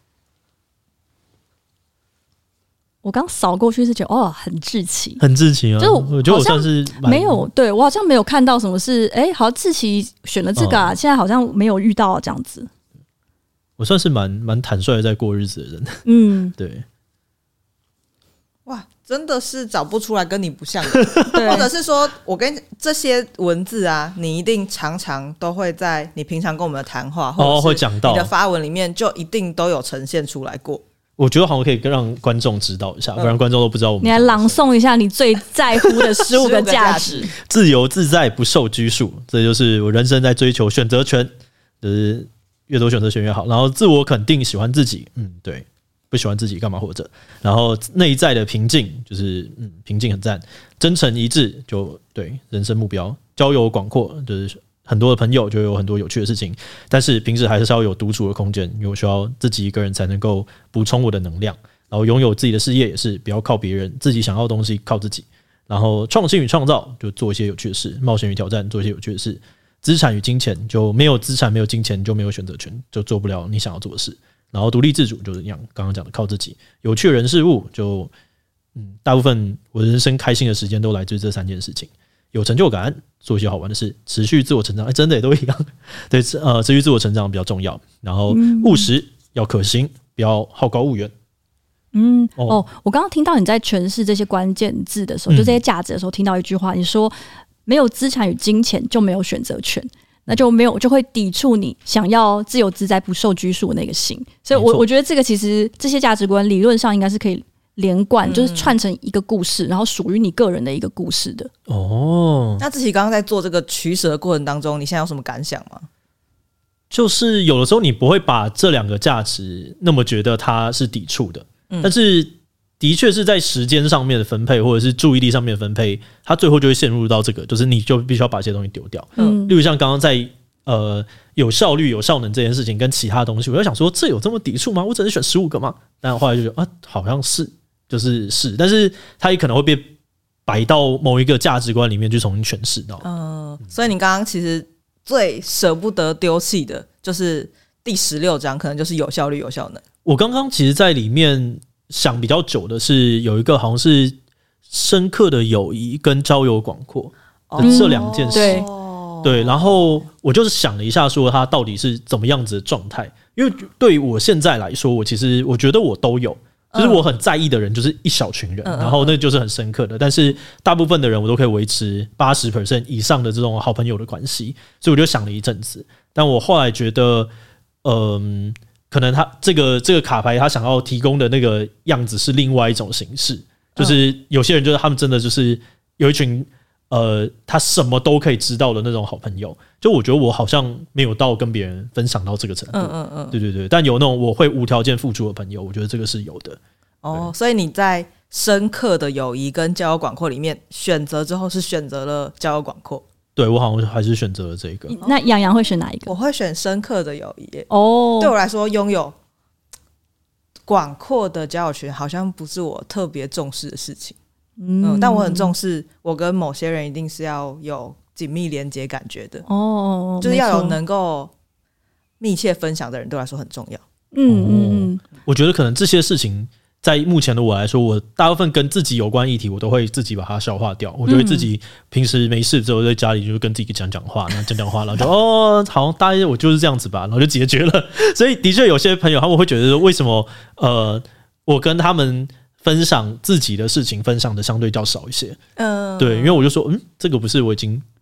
我刚扫过去是觉得很志奇， 很志奇啊！ 就我觉得我算是没有，对我好像没有看到什么是好像志奇选了这个啊，现在好像没有遇到这样子。 我算是蛮坦率的在过日子的人，对。 哇，真的是找不出来跟你不像的，或者是说我跟这些文字啊，你一定常常都会在你平常跟我们的谈话，或者会讲到你的发文里面，就一定都有呈现出来过。 我觉得好像可以让观众知道一下，不然观众都不知道我们。 你来朗诵一下你最在乎的15个价值。 自由自在，不受拘束，这就是我人生在追求选择权，就是越多选择权越好。然后自我肯定，喜欢自己，对，不喜欢自己干嘛活着？然后内在的平静，就是平静很赞。真诚一致，就对人生目标。交友广阔，就是很多的朋友就有很多有趣的事情，但是平时还是要有独处的空间，因为我需要自己一个人才能够补充我的能量。然后拥有自己的事业也是不要靠别人，自己想要的东西靠自己。然后创新与创造，就做一些有趣的事；冒险与挑战，做一些有趣的事。资产与金钱，就没有资产没有金钱就没有选择权，就做不了你想要做的事。然后独立自主，就是一样刚刚讲的靠自己。有趣的人事物，就大部分我人生开心的时间都来自于这3件事情。有成就感，做一些好玩的事，持续自我成长，真的也都一样。对，持续自我成长比较重要。然后务实，要可行，不要好高骛远。 我刚刚听到你在诠释这些关键字的时候，就这些价值的时候，听到一句话，你说没有资产与金钱就没有选择权，那就会抵触你想要自由自在、不受拘束的那个心。所以我觉得这个其实这些价值观理论上应该是可以连贯，就是串成一个故事，然后属于你个人的一个故事的。 那志祺刚刚在做这个取舍的过程当中，你现在有什么感想吗？ 就是有的时候你不会把这2个价值那么觉得它是抵触的，但是的确是在时间上面的分配或者是注意力上面的分配，它最后就会陷入到这个，就是你就必须要把这些东西丢掉。例如像刚刚在有效率有效能这件事情跟其他东西，我就想说这有这么抵触吗？我只能选15个吗？但后来就觉得好像是但是它也可能会被摆到某一个价值观里面去重新诠释到。 所以你刚刚其实最舍不得丢弃的就是第16章，可能就是有效率有效能。 我刚刚其实在里面想比较久的是有一个好像是深刻的友谊跟交友广阔的这2件事。对，然后我就是想了一下说它到底是怎么样子的状态，因为对于我现在来说，我觉得我都有。就是我很在意的人就是一小群人，然后那就是很深刻的，但是大部分的人我都可以维持 80% 以上的这种好朋友的关系，所以我就想了一阵子，但我后来觉得可能他这个卡牌他想要提供的那个样子是另外一种形式，就是有些人就是他们真的就是有一群他什么都可以知道的那种好朋友，就我觉得我好像没有到跟别人分享到这个程度，对，但有那种我会无条件付出的朋友，我觉得这个是有的。 所以你在深刻的友谊跟交友广阔里面选择之后是选择了交友广阔。 对，我好像还是选择了这个。 那洋洋会选哪一个？ 我会选深刻的友谊。对我来说，拥有广阔的交友圈好像不是我特别重视的事情。但我很重视，我跟某些人一定是要有紧密连接感觉的。就是要有能够密切分享的人，对我来说很重要。 我觉得可能这些事情在目前的我来说，我大部分跟自己有关议题，我都会自己把它消化掉。我就会自己平时没事之后在家里就跟自己讲话，然后讲话，然后就好，大概我就是这样子吧，然后就解决了。所以的确有些朋友他们会觉得说，为什么我跟他们分享自己的事情分享的相对较少一些？对，因为我就说，这个不是我已经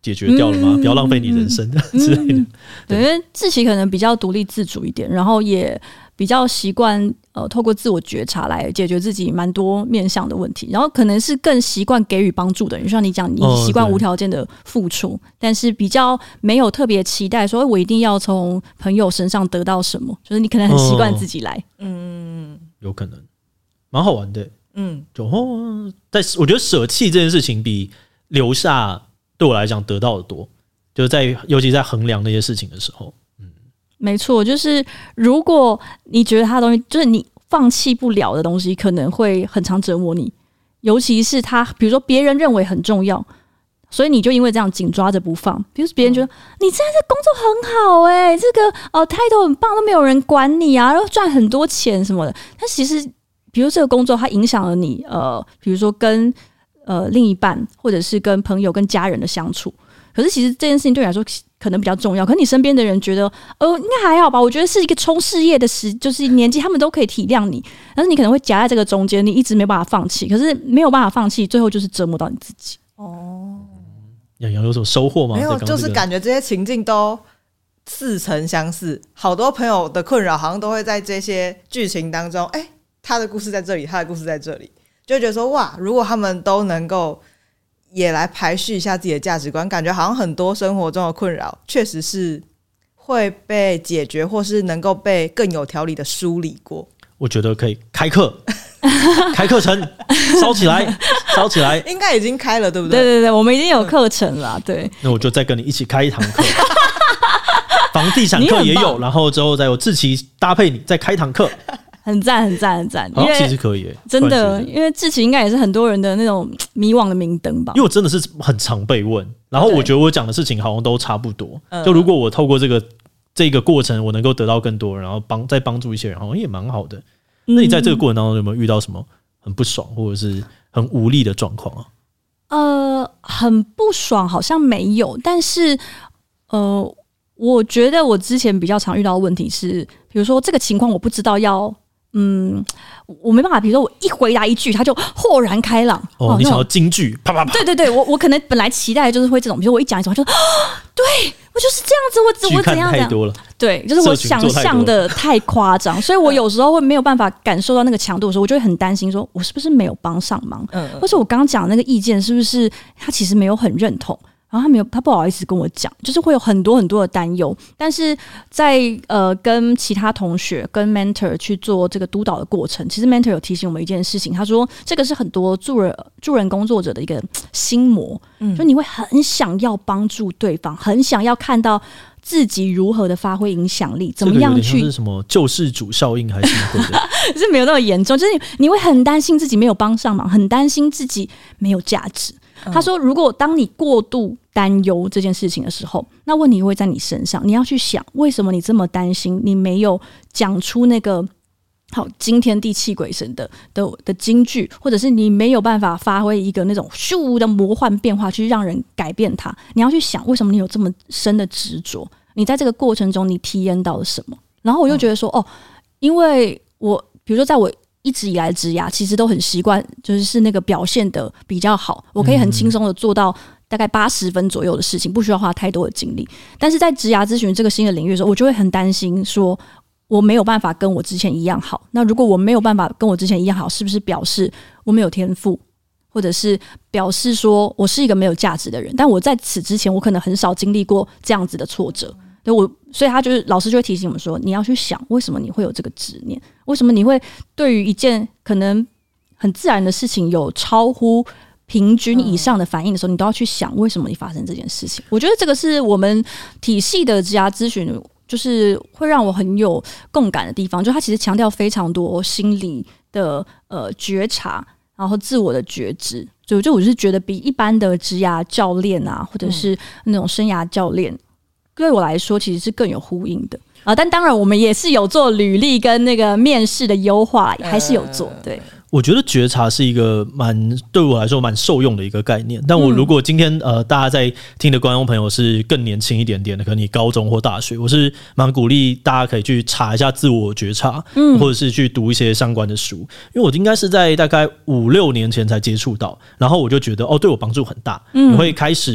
解决掉了吗？不要浪费你人生之类的。 对，因为志祺可能比较独立自主一点，然后也比较习惯透过自我觉察来解决自己蛮多面向的问题，然后可能是更习惯给予帮助的人，就像你讲，你习惯无条件的付出，但是比较没有特别期待说我一定要从朋友身上得到什么，就是你可能很习惯自己来。 有可能蛮好玩的。但是我觉得舍弃这件事情比留下对我来讲得到的多，就是尤其在衡量那些事情的时候。 没错，就是如果你觉得他的东西就是你放弃不了的东西，可能会很常折磨你，尤其是他比如说别人认为很重要，所以你就因为这样紧抓着不放。比如别人觉得你现在这工作很好这个title 很棒，都没有人管你啊，然后赚很多钱什么的，但其实比如这个工作它影响了你比如说跟另一半或者是跟朋友跟家人的相处，可是其实这件事情对你来说可能比较重要，可是你身边的人觉得应该还好吧，我觉得是一个冲事业的就是年纪，他们都可以体谅你，但是你可能会夹在这个中间，你一直没办法放弃，可是没有办法放弃，最后就是折磨到你自己。 洋洋有什么收获吗？ 没有，就是感觉这些情境都似曾相似，好多朋友的困扰好像都会在这些剧情当中，他的故事在这里，他的故事在这里，就会觉得说哇，如果他们都能够也来排序一下自己的价值观，感觉好像很多生活中的困扰确实是会被解决，或是能够被更有条理的梳理过。 我觉得可以开课开课程，烧起来烧起来， 应该已经开了对不对？ 对对对，我们已经有课程了。对， 那我就再跟你一起开一堂课房地产课也有，然后之后再有志祺搭配你再开一堂课， 很赞很赞很赞。 其实可以真的，因为志祺应该也是很多人的那种迷惘的明灯吧。 因为我真的是很常被问，然后我觉得我讲的事情好像都差不多。就如果我透过这个过程，我能够得到更多人，然后再帮助一些人，好像也蛮好的。那你在这个过程当中有没有遇到什么很不爽或者是很无力的状况啊？ 很不爽好像没有，但是我觉得我之前比较常遇到的问题是，比如说这个情况我不知道要我没办法，比如说我一回答一句，他就豁然开朗。 你想要金句，啪啪啪。 对对对，我可能本来期待的就是会这种，比如说我一讲一种，他就对我就是这样子，我怎样太多了。 对，就是我想象的太夸张，所以我有时候会没有办法感受到那个强度的时候，我就会很担心，说我是不是没有帮上忙，或者我刚刚讲的那个意见是不是他其实没有很认同。然后他不好意思跟我讲，就是会有很多很多的担忧。但是在跟其他同学、跟 mentor 去做这个督导的过程，其实 mentor 有提醒我们一件事情，他说这个是很多助人工作者的一个心魔，就你会很想要帮助对方，很想要看到自己如何的发挥影响力，怎么样去是什么救世主效应还是什么的， 是没有那么严重，就是你会很担心自己没有帮上忙，很担心自己没有价值。他说如果当你过度担忧这件事情的时候，那问题会在你身上，你要去想为什么你这么担心，你没有讲出那个好惊天地泣鬼神的金句，或者是你没有办法发挥一个那种咻的魔幻变化去让人改变它，你要去想为什么你有这么深的执着，你在这个过程中你体验到了什么。然后我就觉得说因为我比如说在我一直以来职涯其实都很习惯就是那个表现的比较好，我可以很轻松的做到大概80分左右的事情，不需要花太多的精力。但是在职涯咨询这个新的领域的时候，我就会很担心说我没有办法跟我之前一样好，那如果我没有办法跟我之前一样好，是不是表示我没有天赋，或者是表示说我是一个没有价值的人？但我在此之前我可能很少经历过这样子的挫折，所以他就是老师就会提醒我们说，你要去想为什么你会有这个执念，为什么你会对于一件可能很自然的事情有超乎平均以上的反应的时候，你都要去想为什么你发生这件事情。我觉得这个是我们体系的职涯咨询就是会让我很有共感的地方，就他其实强调非常多心理的觉察，然后自我的觉知，所以我是觉得比一般的职涯教练啊，或者是那种生涯教练，对我来说其实是更有呼应的但当然我们也是有做履历跟那个面试的优化，还是有做。对， 我觉得觉察是一个对我来说蛮受用的一个概念。但我如果今天大家在听的观众朋友是更年轻一点点的，可能你高中或大学，我是蛮鼓励大家可以去查一下自我觉察，或者是去读一些相关的书。因为我应该是在大概5-6年前才接触到，然后我就觉得对我帮助很大。你会开始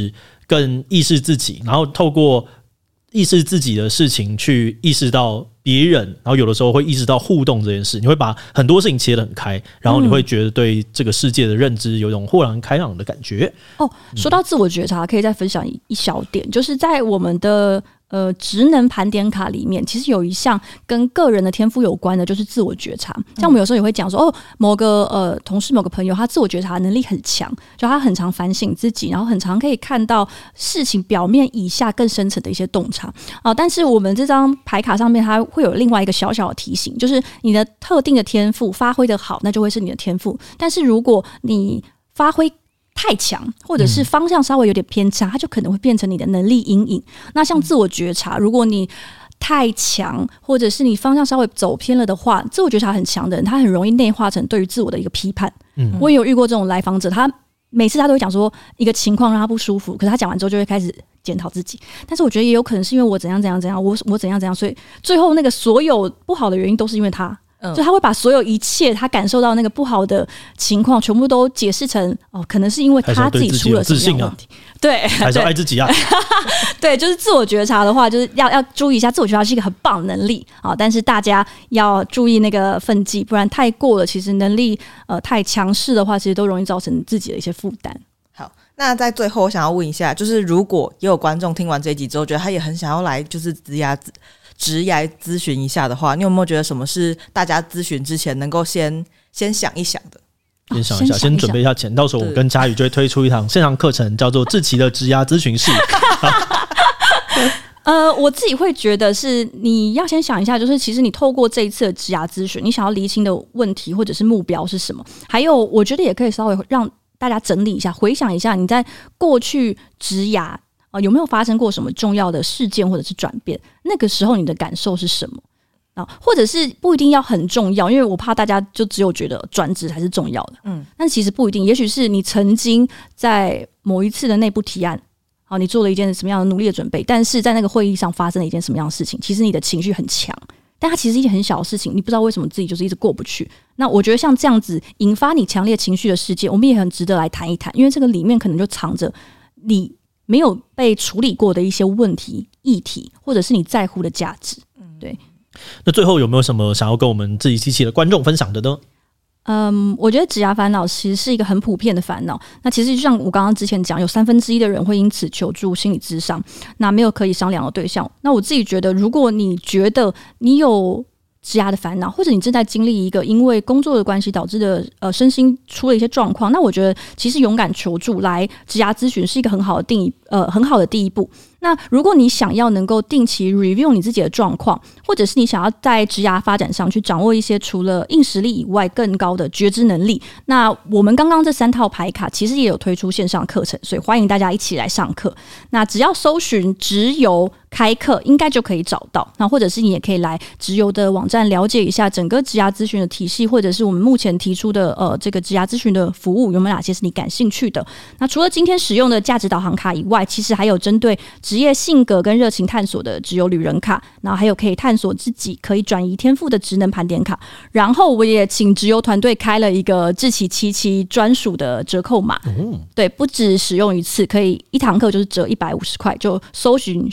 更意识自己，然后透过意识自己的事情去意识到别人，然后有的时候会意识到互动这件事，你会把很多事情切得很开，然后你会觉得对这个世界的认知有一种豁然开朗的感觉。 说到自我觉察，可以再分享一小点，就是在我们的职能盘点卡里面，其实有一项跟个人的天赋有关的，就是自我觉察。像我们有时候也会讲说，某个同事、某个朋友，他自我觉察能力很强，就他很常反省自己，然后很常可以看到事情表面以下更深层的一些洞察但是我们这张牌卡上面，它会有另外一个小小的提醒，就是你的特定的天赋发挥的好，那就会是你的天赋。但是如果你发挥太强，或者是方向稍微有点偏差，它就可能会变成你的能力阴影。那像自我觉察，如果你太强，或者是你方向稍微走偏了的话，自我觉察很强的人，他很容易内化成对于自我的一个批判。我也有遇过这种来访者，他每次他都会讲说一个情况让他不舒服，可是他讲完之后就会开始检讨自己。但是我觉得也有可能是因为我怎样怎样怎样，我怎样怎样，所以最后那个所有不好的原因都是因为他。就他会把所有一切他感受到那个不好的情况全部都解释成可能是因为他自己出了什么样的问题。对， 还是要爱自己啊。 对，就是自我觉察的话，就是要注意一下，自我觉察是一个很棒的能力但是大家要注意那个分际，不然太过了，其实能力太强势的话，其实都容易造成自己的一些负担。 好，那在最后我想要问一下，就是如果也有观众听完这一集之后，觉得他也很想要来就是职涯咨询一下的话，你有没有觉得什么是大家咨询之前能够先想一想的？ 先想一下，先准备一下钱，到时候我跟佳宇就会推出一堂线上课程，叫做志祺的职涯咨询室。 我自己会觉得是你要先想一下，就是其实你透过这一次的职涯咨询，你想要厘清的问题或者是目标是什么？还有，我觉得也可以稍微让大家整理一下，回想一下你在过去职涯有没有发生过什么重要的事件或者是转变？那个时候你的感受是什么？或者是不一定要很重要，因为我怕大家就只有觉得转职才是重要的。但其实不一定，也许是你曾经在某一次的内部提案，你做了一件什么样的努力的准备，但是在那个会议上发生了一件什么样的事情，其实你的情绪很强，但它其实是一件很小的事情，你不知道为什么自己就是一直过不去。那我觉得像这样子引发你强烈情绪的事件，我们也很值得来谈一谈，因为这个里面可能就藏着你没有被处理过的一些问题、议题，或者是你在乎的价值。对。 那最后有没有什么想要跟我们志祺七七的观众分享的呢？ 我觉得职涯烦恼其实是一个很普遍的烦恼。那其实就像我刚刚之前讲，有1/3的人会因此求助心理咨商，那没有可以商量的对象。那我自己觉得，如果你觉得你有职涯的烦恼，或者你正在经历一个因为工作的关系导致的身心出了一些状况，那我觉得其实勇敢求助来职涯咨询是一个很好的第一步。那如果你想要能够定期 review 你自己的状况，或者是你想要在职涯发展上去掌握一些除了硬实力以外更高的觉知能力，那我们刚刚这3套牌卡其实也有推出线上课程，所以欢迎大家一起来上课。那只要搜寻职游开课应该就可以找到，那或者是你也可以来职游的网站了解一下整个职涯咨询的体系，或者是我们目前提出的这个职涯咨询的服务有没有哪些是你感兴趣的。那除了今天使用的价值导航卡以外，其实还有针对职业性格跟热情探索的职游旅人卡，然后还有可以探索自己可以转移天赋的职能盘点卡。然后我也请职游团队开了一个志祺七七专属的折扣码，对，不只使用一次，可以一堂课就是折150块，就搜寻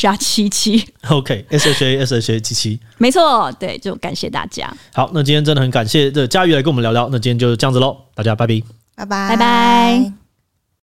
#77 OK SHA 77， 没错，对，就感谢大家。 好，那今天真的很感谢这佳宇来跟我们聊聊，那今天就这样子咯，大家拜拜， 拜拜， 拜拜。